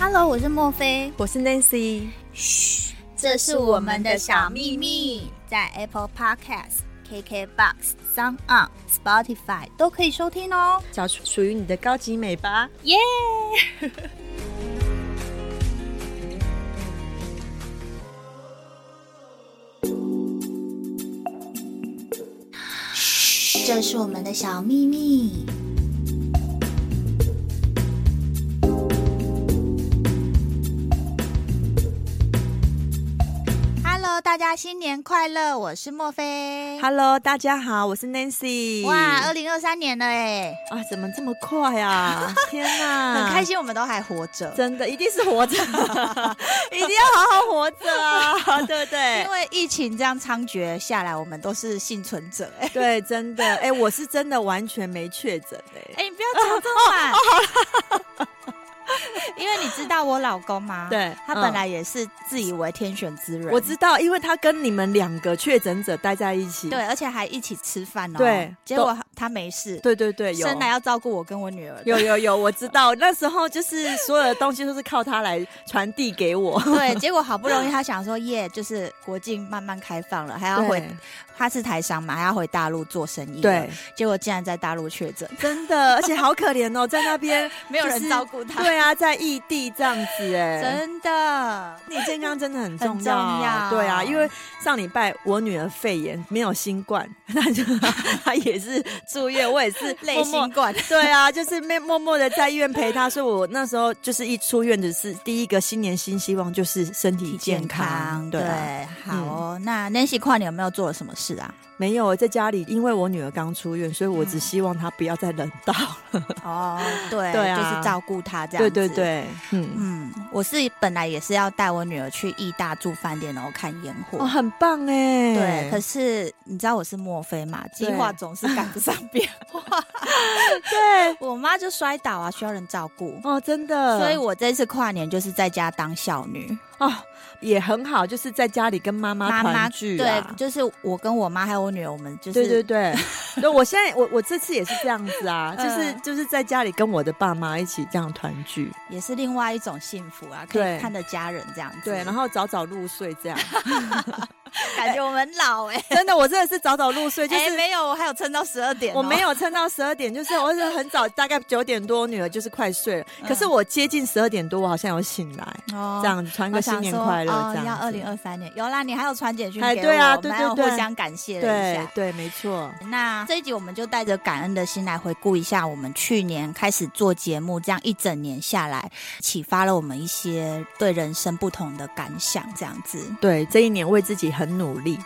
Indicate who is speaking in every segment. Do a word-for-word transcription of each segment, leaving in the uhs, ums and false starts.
Speaker 1: Hello， 我是莫菲，
Speaker 2: 我是 Nancy。
Speaker 1: 嘘，这是我们的小秘密，在 Apple Podcast、K K Box、SoundOn、Spotify 都可以收听哦，
Speaker 2: 找出属于你的高级美吧，
Speaker 1: 耶、yeah! 嘘，这是我们的小秘密。大家新年快乐，我是莫菲。
Speaker 2: Hello， 大家好，我是 Nancy。
Speaker 1: 哇，二零二三年了耶！
Speaker 2: 啊，怎么这么快啊天哪，
Speaker 1: 很开心我们都还活着，
Speaker 2: 真的一定是活着一定要好好活着啊对不对？
Speaker 1: 因为疫情这样猖獗下来，我们都是幸存者。
Speaker 2: 对，真的哎，我是真的完全没确诊哎，
Speaker 1: 你不要讲这么满、哦哦因为你知道我老公吗？
Speaker 2: 对，
Speaker 1: 他本来也是自以为天选之人、
Speaker 2: 嗯、我知道，因为他跟你们两个确诊者待在一起，
Speaker 1: 对，而且还一起吃饭哦。
Speaker 2: 对，
Speaker 1: 结果他没事。
Speaker 2: 对对对，有
Speaker 1: 生来要照顾我跟我女儿。
Speaker 2: 有有有，我知道，那时候就是所有的东西都是靠他来传递给我。
Speaker 1: 对，结果好不容易他想说耶，就是国境慢慢开放了，还要回，他是台商嘛，还要回大陆做生意。
Speaker 2: 对，
Speaker 1: 结果竟然在大陆确诊， 真
Speaker 2: 的，而且好可怜哦，在那边
Speaker 1: 没有人照顾他。
Speaker 2: 对啊，在异地这样子哎，
Speaker 1: 真的，
Speaker 2: 你健康真的很重要。
Speaker 1: 很重要。
Speaker 2: 对啊，因为上礼拜我女儿肺炎没有新冠，那就她也是住院，我也是
Speaker 1: 类新冠。
Speaker 2: 对啊，就是默默的在医院陪她，所以我那时候就是一出院的是第一个新年新希望就是身体健康。
Speaker 1: 健康对,
Speaker 2: 对，
Speaker 1: 好哦。嗯、那 Nancy 跨年有没有做了什么事啊？
Speaker 2: 没有，在家里，因为我女儿刚出院，所以我只希望她不要再冷到了。
Speaker 1: 哦，对，
Speaker 2: 对啊，
Speaker 1: 就是照顾她这样子。
Speaker 2: 对对对，嗯
Speaker 1: 嗯，我是本来也是要带我女儿去义大住饭店，然后看烟火。
Speaker 2: 哦，很棒哎。
Speaker 1: 对，可是你知道我是莫菲嘛，计划总是赶不上变化。
Speaker 2: 对，
Speaker 1: 我妈就摔倒啊，需要人照顾。
Speaker 2: 哦，真的。
Speaker 1: 所以我这次跨年就是在家当孝女。
Speaker 2: 哦，也很好，就是在家里跟妈妈团聚、啊、
Speaker 1: 对，就是我跟我妈还有我女儿，我们就是
Speaker 2: 对对对对，我现在我我这次也是这样子啊，就是就是在家里跟我的爸妈一起这样团聚，
Speaker 1: 也是另外一种幸福啊，可以看着家人这样子，
Speaker 2: 对，然后早早入睡这样。
Speaker 1: 感觉我们老哎、欸，
Speaker 2: 真的，我真的是早早入睡，就是、
Speaker 1: 欸、没有，我还有撑到十二点、哦，
Speaker 2: 我没有撑到十二点，就是我是很早，大概九点多，我女儿就是快睡了，嗯、可是我接近十二点多，我好像有醒来，哦、这样子传个新年快乐，这样子、
Speaker 1: 哦、要二零二三年有啦，你还有传简讯
Speaker 2: 给
Speaker 1: 我，
Speaker 2: 对啊，对对对，
Speaker 1: 我们互相感谢了一下，
Speaker 2: 对对，没错。
Speaker 1: 那这一集我们就带着感恩的心来回顾一下，我们去年开始做节目，这样一整年下来，启发了我们一些对人生不同的感想，这样子。
Speaker 2: 对，这一年为自己很努力。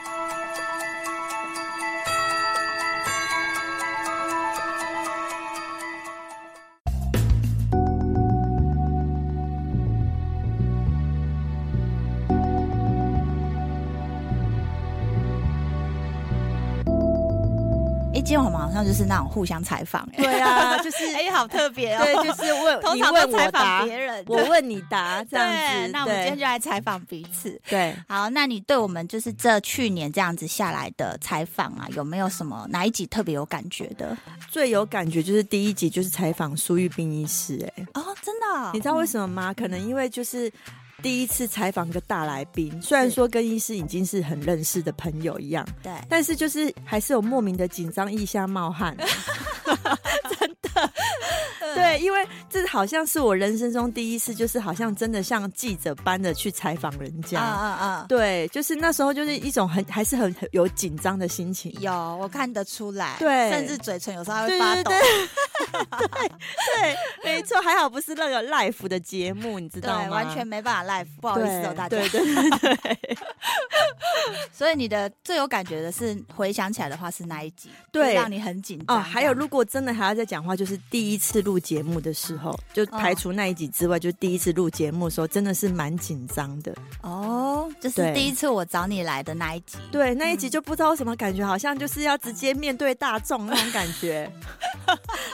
Speaker 1: 今天我们好像就是那种互相采访，
Speaker 2: 对啊，就是
Speaker 1: 哎、欸，好特别哦。
Speaker 2: 对，就是问
Speaker 1: 通常都采访别人，
Speaker 2: 我问你答，这样子。
Speaker 1: 那我们今天就来采访彼此。
Speaker 2: 对，
Speaker 1: 好，那你对我们就是这去年这样子下来的采访啊，有没有什么哪一集特别有感觉的？
Speaker 2: 最有感觉就是第一集，就是采访苏玉斌医师。哎，
Speaker 1: 哦，真的、哦？
Speaker 2: 你知道为什么吗？嗯、可能因为就是第一次采访个大来宾，虽然说跟医师已经是很认识的朋友一样，
Speaker 1: 对，
Speaker 2: 但是就是还是有莫名的紧张，腋下冒汗。真的，对，因为这好像是我人生中第一次，就是好像真的像记者般的去采访人家。啊啊啊！对，就是那时候就是一种很还是很有紧张的心情。
Speaker 1: 有，我看得出来。
Speaker 2: 对，
Speaker 1: 甚至嘴唇有时候还会发抖。
Speaker 2: 对对对, 对, 对，没错，还好不是那个 live 的节目，你知道吗？
Speaker 1: 对，完全没办法 live， 不好意思哦，大家。
Speaker 2: 对对对对。
Speaker 1: 所以你的最有感觉的是，回想起来的话是哪一集？
Speaker 2: 对，
Speaker 1: 让你很紧张。
Speaker 2: 哦，还有如果真的还要再讲话，就是第一次录节目的时候，就排除那一集之外，哦、就第一次录节目的时候，真的是蛮紧张的。
Speaker 1: 哦，就是第一次我找你来的那一集。
Speaker 2: 对，那一集就不知道什么感觉，好像就是要直接面对大众那种感觉。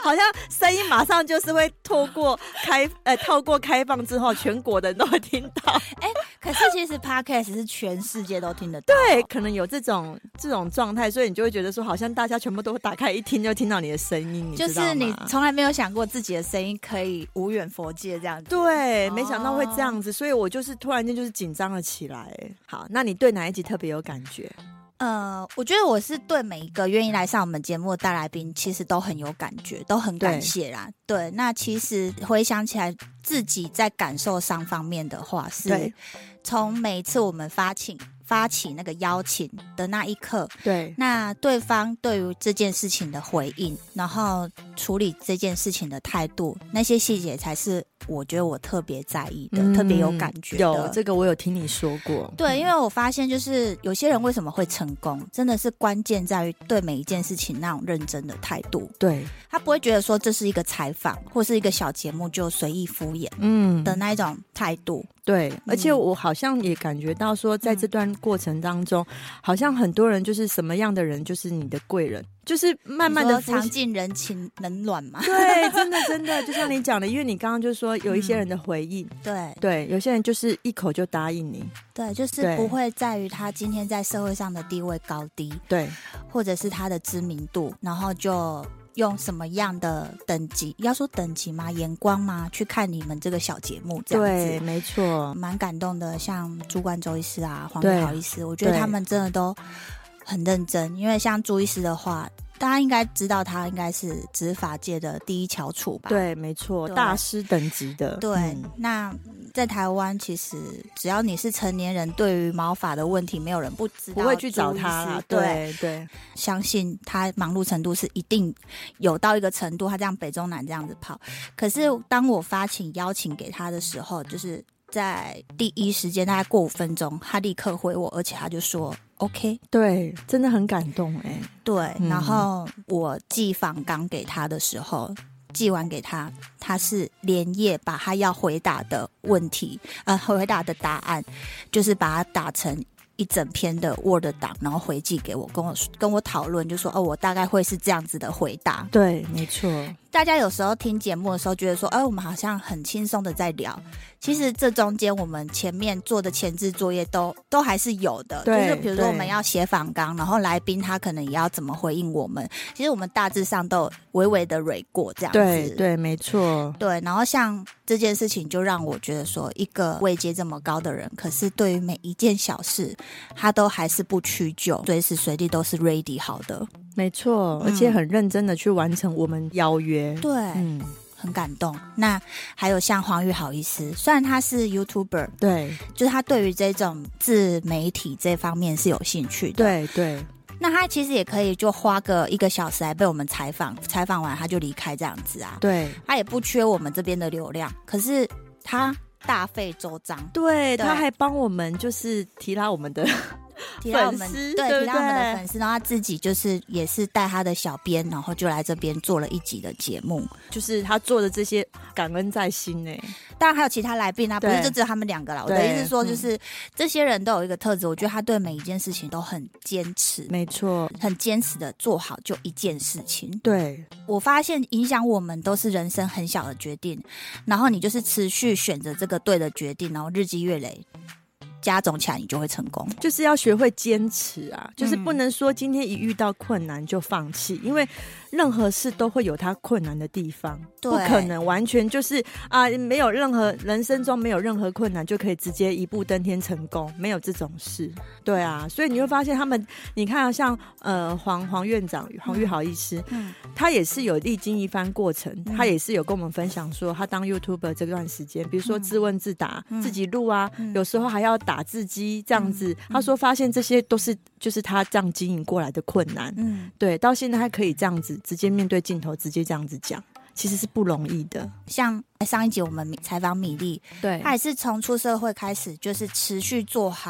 Speaker 2: 好像声音马上就是会透过开呃透过开放之后，全国的人都会听到。
Speaker 1: 哎、欸，可是其实 Podcast 是全世界都听得到，
Speaker 2: 对，可能有这种这种状态，所以你就会觉得说，好像大家全部都会打开一听就听到你的声音，你知道吗？
Speaker 1: 就是你从来没有想过自己的声音可以无远弗届这样子。
Speaker 2: 对，没想到会这样子，所以我就是突然间就是紧张了起来。好，那你对哪一集特别有感觉？
Speaker 1: 呃，我觉得我是对每一个愿意来上我们节目的大来宾，其实都很有感觉，都很感谢啦。对，对，那其实回想起来，自己在感受上方面的话，是从每一次我们发起发起那个邀请的那一刻，
Speaker 2: 对，
Speaker 1: 那对方对于这件事情的回应，然后处理这件事情的态度，那些细节才是我觉得我特别在意的，嗯、特别有感觉的。
Speaker 2: 有这个我有听你说过。
Speaker 1: 对，因为我发现就是有些人为什么会成功，真的是关键在于对每一件事情那种认真的态度。
Speaker 2: 对，
Speaker 1: 他不会觉得说这是一个采访或是一个小节目就随意敷衍嗯的那一种态度。
Speaker 2: 对，而且我好像也感觉到说，在这段过程当中，嗯、好像很多人就是什么样的人就是你的贵人，就是慢慢的
Speaker 1: 尝尽人情冷暖嘛。
Speaker 2: 对，真的真的，就像你讲的，因为你刚刚就说有一些人的回应，嗯、
Speaker 1: 对
Speaker 2: 对，有些人就是一口就答应你，
Speaker 1: 对，就是不会在于他今天在社会上的地位高低，
Speaker 2: 对，
Speaker 1: 或者是他的知名度，然后就用什么样的等级，要说等级吗？眼光吗？去看你们这个小节目这样子。
Speaker 2: 对，没错，
Speaker 1: 蛮感动的。像朱冠周医师啊，黄玉豪医师，我觉得他们真的都很认真。因为像朱医师的话，大家应该知道他应该是执法界的第一翘楚吧？
Speaker 2: 对，没错，大师等级的。
Speaker 1: 对，嗯、那在台湾，其实只要你是成年人，对于毛发的问题，没有人不知道，
Speaker 2: 不会去找他啦。对 对, 对，
Speaker 1: 相信他忙碌程度是一定有到一个程度，他这样北中南这样子跑。可是当我发起邀请给他的时候，就是在第一时间，大概过五分钟，他立刻回我，而且他就说 OK。
Speaker 2: 对，真的很感动哎、欸。
Speaker 1: 对，嗯、然后我寄访纲给他的时候。寄完给他，他是连夜把他要回答的问题，呃，回答的答案，就是把它打成一整篇的 Word 档，然后回寄给我，跟我跟我讨论，就说哦，我大概会是这样子的回答。
Speaker 2: 对，没错。
Speaker 1: 大家有时候听节目的时候，觉得说，哎，我们好像很轻松的在聊，其实这中间我们前面做的前置作业都都还是有的。就是比如说我们要写访纲，然后来宾他可能也要怎么回应我们，其实我们大致上都有微微的蕊过这样子。
Speaker 2: 对对，没错。
Speaker 1: 对，然后像这件事情，就让我觉得说，一个位阶这么高的人，可是对于每一件小事，他都还是不屈就，随时随地都是 ready 好的。
Speaker 2: 没错，而且很认真的去完成我们邀约。
Speaker 1: 对，嗯，很感动。那还有像黄玉豪医师，虽然他是 YouTuber，
Speaker 2: 对，
Speaker 1: 就是他对于这种自媒体这方面是有兴趣的。
Speaker 2: 对对。
Speaker 1: 那他其实也可以就花个一个小时来被我们采访，采访完他就离开这样子啊。
Speaker 2: 对，
Speaker 1: 他也不缺我们这边的流量，可是他大费周章。
Speaker 2: 对，他还帮我们就是提拉我们的
Speaker 1: 提到我们对, 对, 对提到我们的粉丝，然后他自己就是也是带他的小编，然后就来这边做了一集的节目，
Speaker 2: 就是他做的这些感恩在心呢。
Speaker 1: 当然还有其他来宾啊，不是就只有他们两个啦。我的意思是说，就是、嗯、这些人都有一个特质，我觉得他对每一件事情都很坚持，
Speaker 2: 没错，
Speaker 1: 很坚持的做好就一件事情。
Speaker 2: 对，
Speaker 1: 我发现影响我们都是人生很小的决定，然后你就是持续选择这个对的决定，然后日积月累。加总起来你就会成功，
Speaker 2: 就是要学会坚持啊，就是不能说今天一遇到困难就放弃、嗯、因为任何事都会有它困难的地方，不可能完全就是啊，没有任何人生中没有任何困难就可以直接一步登天成功，没有这种事。对啊，所以你会发现他们，你看、啊、像呃黄黄院长黄玉豪医师、嗯、他也是有历经一番过程、嗯、他也是有跟我们分享说他当 YouTuber 这段时间，比如说自问自答、嗯、自己录啊、嗯、有时候还要打打字机这样子、嗯、他说发现这些都是就是他这样经营过来的困难。嗯，对，到现在还可以这样子直接面对镜头直接这样子讲，其实是不容易的。
Speaker 1: 像上一集我们采访米粒，
Speaker 2: 对，
Speaker 1: 他也是从出社会开始就是持续做好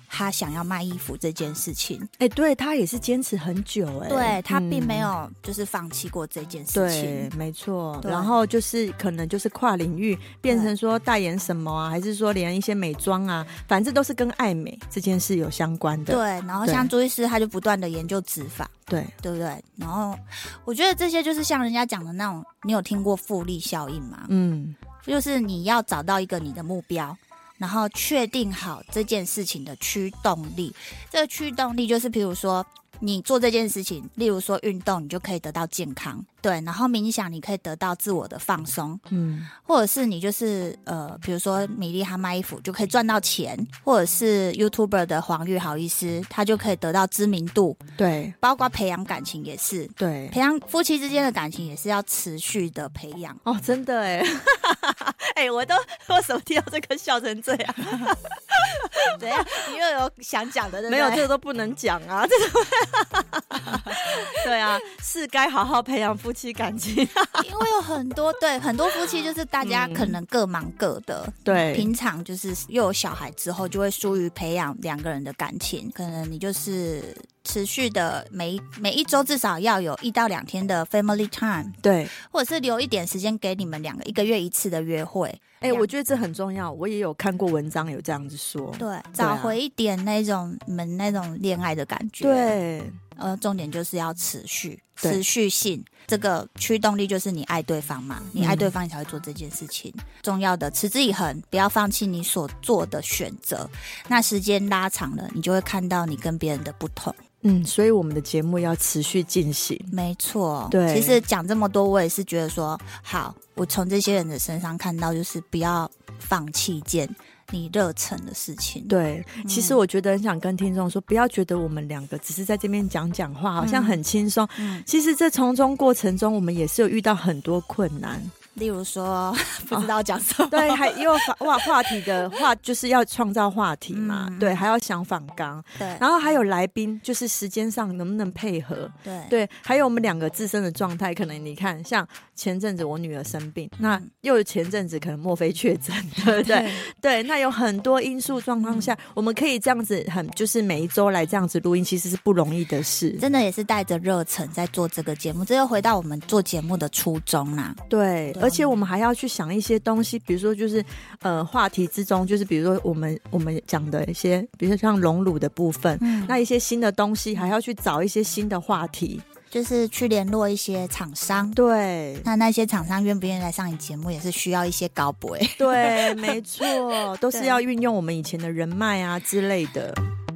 Speaker 1: 他想要卖衣服这件事情。
Speaker 2: 哎、欸，对，他也是坚持很久。哎、欸，
Speaker 1: 对，他并没有就是放弃过这件事情。
Speaker 2: 对，没错。然后就是可能就是跨领域变成说代言什么啊，还是说连一些美妆啊，反正都是跟爱美这件事有相关的。
Speaker 1: 对，然后像朱医师他就不断的研究植发。
Speaker 2: 对，
Speaker 1: 对不对？然后我觉得这些就是像人家讲的那种，你有听过复利效应吗？嗯，就是你要找到一个你的目标，然后确定好这件事情的驱动力。这个驱动力就是比如说你做这件事情，例如说运动，你就可以得到健康，对，然后冥想你可以得到自我的放松，嗯，或者是你就是呃，比如说米莉她卖衣服就可以赚到钱，或者是 YouTuber 的黄玉好医师，他就可以得到知名度，
Speaker 2: 对，
Speaker 1: 包括培养感情也是，对，培养夫妻之间的感情也是要持续的培养。
Speaker 2: 哦，真的哎，哎，我都为什么听到这个笑成这样？
Speaker 1: 怎样？你又有想讲的对不对？
Speaker 2: 没有，这个都不能讲啊，这个。对啊，是该好好培养夫妻感情。
Speaker 1: 因为有很多对很多夫妻就是大家可能各忙各的，嗯、对，平常就是又有小孩之后就会疏于培养两个人的感情，可能你就是持续的每每一周至少要有一到两天的 family time， 对，或者是留一点时间给你们两个一个月一次的约会。
Speaker 2: 哎、欸，我觉得这很重要，我也有看过文章有这样子说，
Speaker 1: 对，找回一点那种你们那种恋爱的感觉，
Speaker 2: 对，
Speaker 1: 呃，重点就是要持续，持续性，这个驱动力就是你爱对方嘛，你爱对方你才会做这件事情。嗯、重要的持之以恒，不要放弃你所做的选择。那时间拉长了，你就会看到你跟别人的不同。
Speaker 2: 嗯，所以我们的节目要持续进行。
Speaker 1: 没错，对。其实讲这么多，我也是觉得说，好，我从这些人的身上看到，就是不要放弃一件你热忱的事情。
Speaker 2: 对，嗯、其实我觉得很想跟听众说，不要觉得我们两个只是在这边讲讲话，好像很轻松。嗯，其实这从中过程中，我们也是有遇到很多困难。
Speaker 1: 例如说不知道讲什么、哦、
Speaker 2: 对，还因为话话题的话就是要创造话题嘛、嗯、对，还要想访纲，对，然后还有来宾就是时间上能不能配合，对对，还有我们两个自身的状态，可能你看像前阵子我女儿生病、嗯、那又有前阵子可能莫非确诊，对不对？ 对, 对，那有很多因素状况下、嗯、我们可以这样子很就是每一周来这样子录音，其实是不容易的事，
Speaker 1: 真的也是带着热忱在做这个节目，这又回到我们做节目的初衷啦。
Speaker 2: 对，对，而且我们还要去想一些东西，比如说就是呃话题之中，就是比如说我们我们讲的一些，比如说像隆乳的部分、嗯、那一些新的东西还要去找一些新的话题，
Speaker 1: 就是去联络一些厂商，
Speaker 2: 对，
Speaker 1: 那那些厂商愿不愿意来上你节目也是需要一些高博，
Speaker 2: 对，没错，都是要运用我们以前的人脉啊之类的。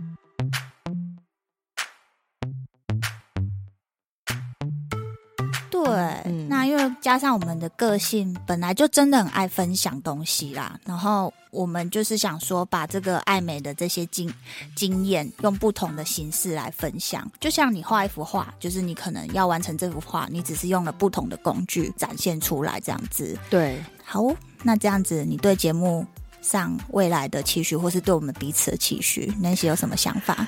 Speaker 1: 对、嗯，那因为加上我们的个性本来就真的很爱分享东西啦，然后我们就是想说把这个爱美的这些经经验用不同的形式来分享，就像你画一幅画，就是你可能要完成这幅画，你只是用了不同的工具展现出来这样子。
Speaker 2: 对，
Speaker 1: 好，那这样子你对节目上未来的期许，或是对我们彼此的期许，那些有什么想法？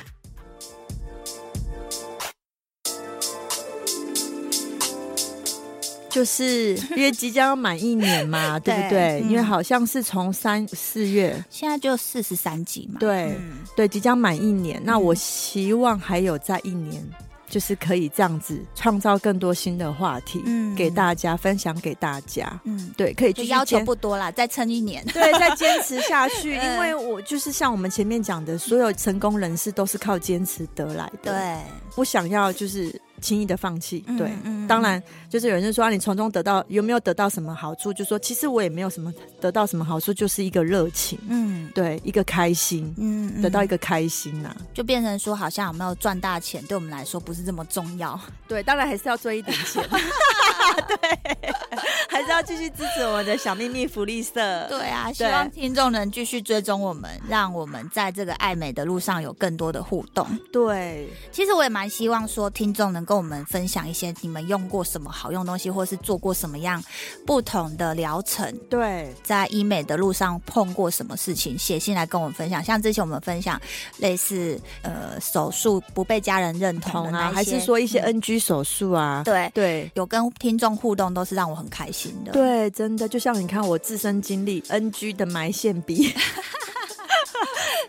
Speaker 2: 就是因为即将要满一年嘛，对不对？嗯、因为好像是从三四月，
Speaker 1: 现在就四十三集嘛，
Speaker 2: 对、嗯、对，即将满一年。那我希望还有在一年，就是可以这样子创造更多新的话题，嗯，给大家分享给大家，嗯，对，可以继续
Speaker 1: 要求不多啦，再撑一年，
Speaker 2: 对，再坚持下去。因为我就是像我们前面讲的，所有成功人士都是靠坚持得来的，对，不想要就是轻易的放弃，对、嗯嗯、当然就是有人说、啊、你从中得到有没有得到什么好处，就说其实我也没有什么得到什么好处，就是一个热情，嗯，对，一个开心，嗯, 嗯，得到一个开心啊，
Speaker 1: 就变成说好像有没有赚大钱对我们来说不是这么重要，
Speaker 2: 对，当然还是要赚一点钱对，还是要继续支持我们的小秘密福利社，
Speaker 1: 对啊，希望听众能继续追踪我们，让我们在这个爱美的路上有更多的互动。
Speaker 2: 对，
Speaker 1: 其实我也蛮希望说听众能跟我们分享一些你们用过什么好用的东西，或是做过什么样不同的疗程，对，在医美的路上碰过什么事情，写信来跟我们分享。像之前我们分享类似呃手术不被家人认同的那些，
Speaker 2: 还是说一些 N G 手术啊、嗯、
Speaker 1: 对对，有跟听众互动都是让我很开心的。
Speaker 2: 对，真的就像你看我自身经历 N G 的埋线笔对，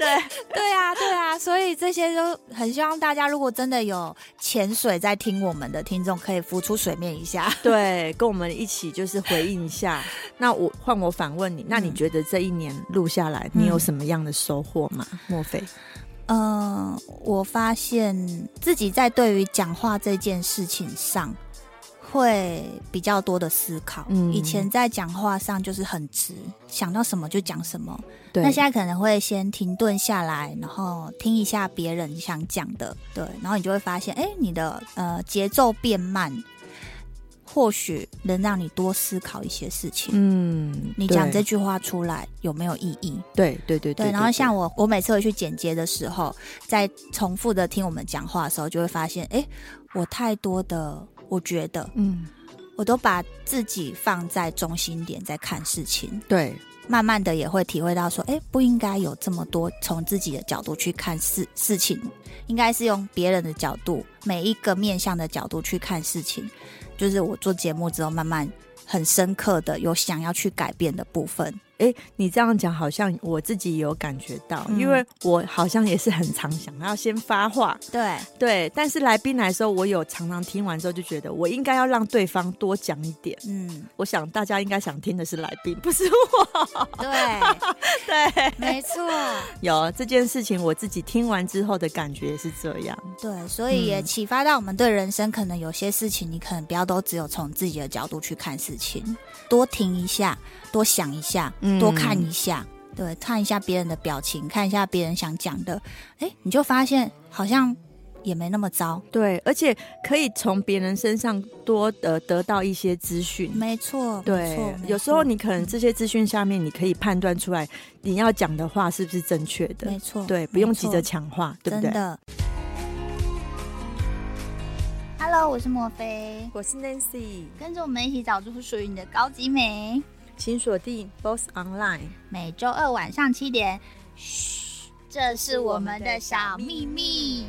Speaker 2: 对
Speaker 1: 对啊，对啊，所以这些都很希望大家，如果真的有潜水在听我们的听众，可以浮出水面一下，
Speaker 2: 对，跟我们一起就是回应一下。那我换我反问你，那你觉得这一年录下来，你有什么样的收获吗？莫非？
Speaker 1: 嗯，我发现自己在对于讲话这件事情上会比较多的思考。嗯，以前在讲话上就是很直，想到什么就讲什么。对，那现在可能会先停顿下来，然后听一下别人想讲的，对，然后你就会发现，哎，你的呃节奏变慢。或许能让你多思考一些事情。嗯，你讲这句话出来有没有意义？
Speaker 2: 对对对 对, 对,
Speaker 1: 对。然后像我，我每次回去剪接的时候，在重复的听我们讲话的时候，就会发现，哎，我太多的，我觉得，嗯，我都把自己放在中心点在看事情。对。慢慢的也会体会到说，哎，不应该有这么多从自己的角度去看事事情，应该是用别人的角度，每一个面向的角度去看事情。就是我做节目之后，慢慢很深刻的有想要去改变的部分。
Speaker 2: 哎，你这样讲好像我自己有感觉到、嗯、因为我好像也是很常想要先发话，
Speaker 1: 对
Speaker 2: 对，但是来宾来的时候，我有常常听完之后就觉得我应该要让对方多讲一点。嗯，我想大家应该想听的是来宾，不是我。
Speaker 1: 对
Speaker 2: 对，
Speaker 1: 没错，
Speaker 2: 有这件事情我自己听完之后的感觉也是这样。
Speaker 1: 对，所以也启发到我们对人生，可能有些事情你可能不要都只有从自己的角度去看事情，多停一下，多想一下，多看一下、嗯、对，看一下别人的表情，看一下别人想讲的，哎，你就发现好像也没那么糟。
Speaker 2: 对，而且可以从别人身上多呃得到一些资讯。
Speaker 1: 没错，
Speaker 2: 对，
Speaker 1: 没错，
Speaker 2: 有时候你可能这些资讯下面，你可以判断出来你要讲的话是不是正确的。
Speaker 1: 没错，
Speaker 2: 对，不用急着强化，对不对？
Speaker 1: 真的。Hello， 我是莫菲，
Speaker 2: 我是 Nancy，
Speaker 1: 跟着我们一起找出属于你的高级美。
Speaker 2: 请锁定 Boss Online，
Speaker 1: 每周二晚上七点。嘘，这是我们的小秘密。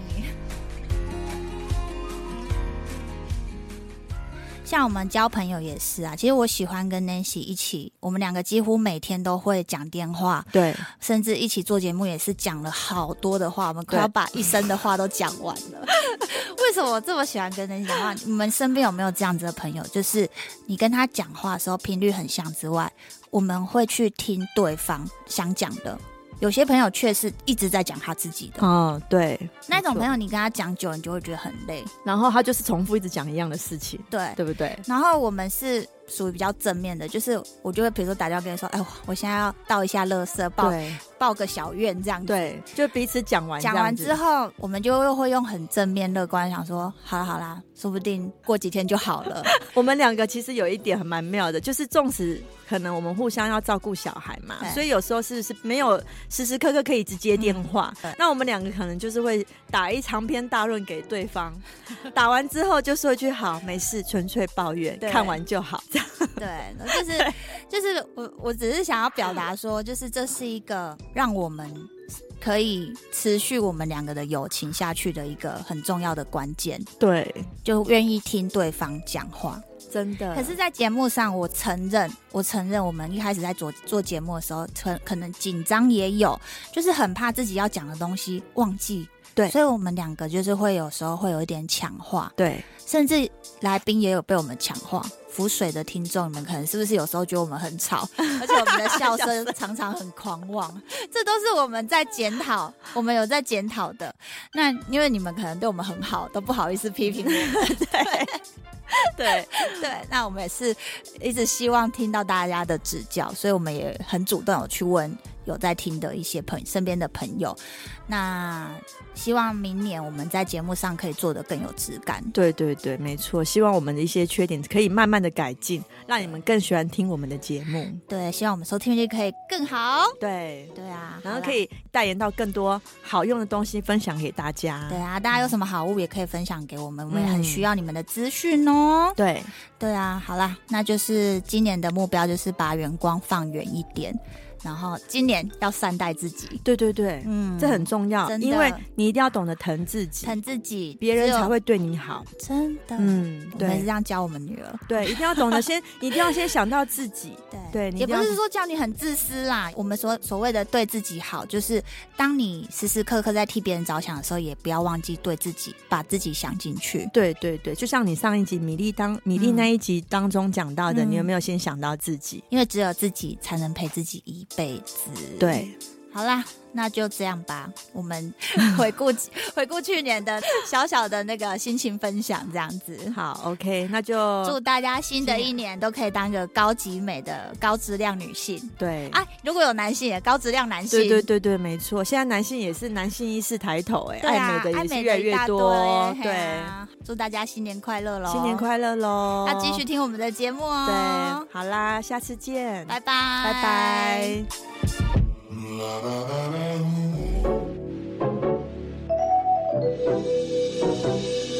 Speaker 1: 像我们交朋友也是啊，其实我喜欢跟 Nancy 一起，我们两个几乎每天都会讲电话，
Speaker 2: 对，
Speaker 1: 甚至一起做节目也是讲了好多的话，我们快要把一生的话都讲完了。为什么我这么喜欢跟 Nancy 讲话？你们身边有没有这样子的朋友？就是你跟他讲话的时候频率很像之外，我们会去听对方想讲的。有些朋友却是一直在讲他自己的。
Speaker 2: 哦，对，
Speaker 1: 那种朋友你跟他讲久，你就会觉得很累，
Speaker 2: 然后他就是重复一直讲一样的事情，
Speaker 1: 对，
Speaker 2: 对不对？
Speaker 1: 然后我们是属于比较正面的，就是我就会比如说打电话跟你说，哎，我现在要倒一下垃圾，报报个小怨这样子，
Speaker 2: 对，就彼此讲完，
Speaker 1: 讲完之后，我们就又会用很正面乐观，想说，好啦好啦，说不定过几天就好了。
Speaker 2: 我们两个其实有一点很蛮妙的，就是纵使可能我们互相要照顾小孩嘛，所以有时候是是没有时时刻刻可以直接电话、嗯、那我们两个可能就是会打一长篇大论给对方，打完之后就说一句好，没事，纯粹抱怨，看完就好，这样。
Speaker 1: 对，就是就是我我只是想要表达说，就是这是一个让我们可以持续我们两个的友情下去的一个很重要的关键。对，就愿意听对方讲话。
Speaker 2: 真的。
Speaker 1: 可是在节目上我承认我承认我们一开始在做做节目的时候可可能紧张也有，就是很怕自己要讲的东西忘记。对，所以我们两个就是会有时候会有一点抢话。对，甚至来宾也有被我们抢话。浮水的听众，你们可能是不是有时候觉得我们很吵，而且我们的笑声常常很狂妄？这都是我们在检讨，我们有在检讨的。那因为你们可能对我们很好，都不好意思批评我们。对对对，那我们也是一直希望听到大家的指教，所以我们也很主动有去问有在听的一些朋身边的朋友。那希望明年我们在节目上可以做得更有质感。对对对，没错，希望我们的一些缺点可以慢慢的改进，让你们更喜欢听我们的节目。对，希望我们收听率可以更好。对对啊，然后可以代言到更多好用的东西分享给大家。对啊，大家有什么好物也可以分享给我们，我们也很需要你们的资讯哦。对对啊，好啦，那就是今年的目标就是把远光放远一点， 然后今年要善待自己。
Speaker 2: 对对对，嗯，这很重要，因为你一定要懂得疼自己，
Speaker 1: 疼自己，
Speaker 2: 别人才会对你好。
Speaker 1: 真的，
Speaker 2: 嗯，对，
Speaker 1: 我们是这样教我们女儿。
Speaker 2: 对，一定要懂得先，一定要先想到自己。
Speaker 1: 对，
Speaker 2: 对，
Speaker 1: 也不是说叫你很自私啦。我们所所谓的对自己好，就是当你时时刻刻在替别人着想的时候，也不要忘记对自己，把自己想进去。
Speaker 2: 对对对，就像你上一集米粒当米粒那一集当中讲到的，嗯，你有没有先想到自己？
Speaker 1: 因为只有自己才能陪自己一辈子。
Speaker 2: 对。
Speaker 1: 好啦，那就这样吧。我们回顾回顾去年的小小的那个心情分享，这样子。
Speaker 2: 好 ，OK， 那就
Speaker 1: 祝大家新的一年都可以当个高级美的高质量女性。
Speaker 2: 对
Speaker 1: 啊，如果有男性也高质量男性。
Speaker 2: 对对对对，没错。现在男性也是男性意识抬头，哎，
Speaker 1: 啊，
Speaker 2: 爱美的也是越来越多。
Speaker 1: 对，啊，祝大家新年快乐喽！
Speaker 2: 新年快乐喽！
Speaker 1: 要继续听我们的节目哦。
Speaker 2: 对，好啦，下次见，
Speaker 1: 拜拜，
Speaker 2: 拜拜。La la la la.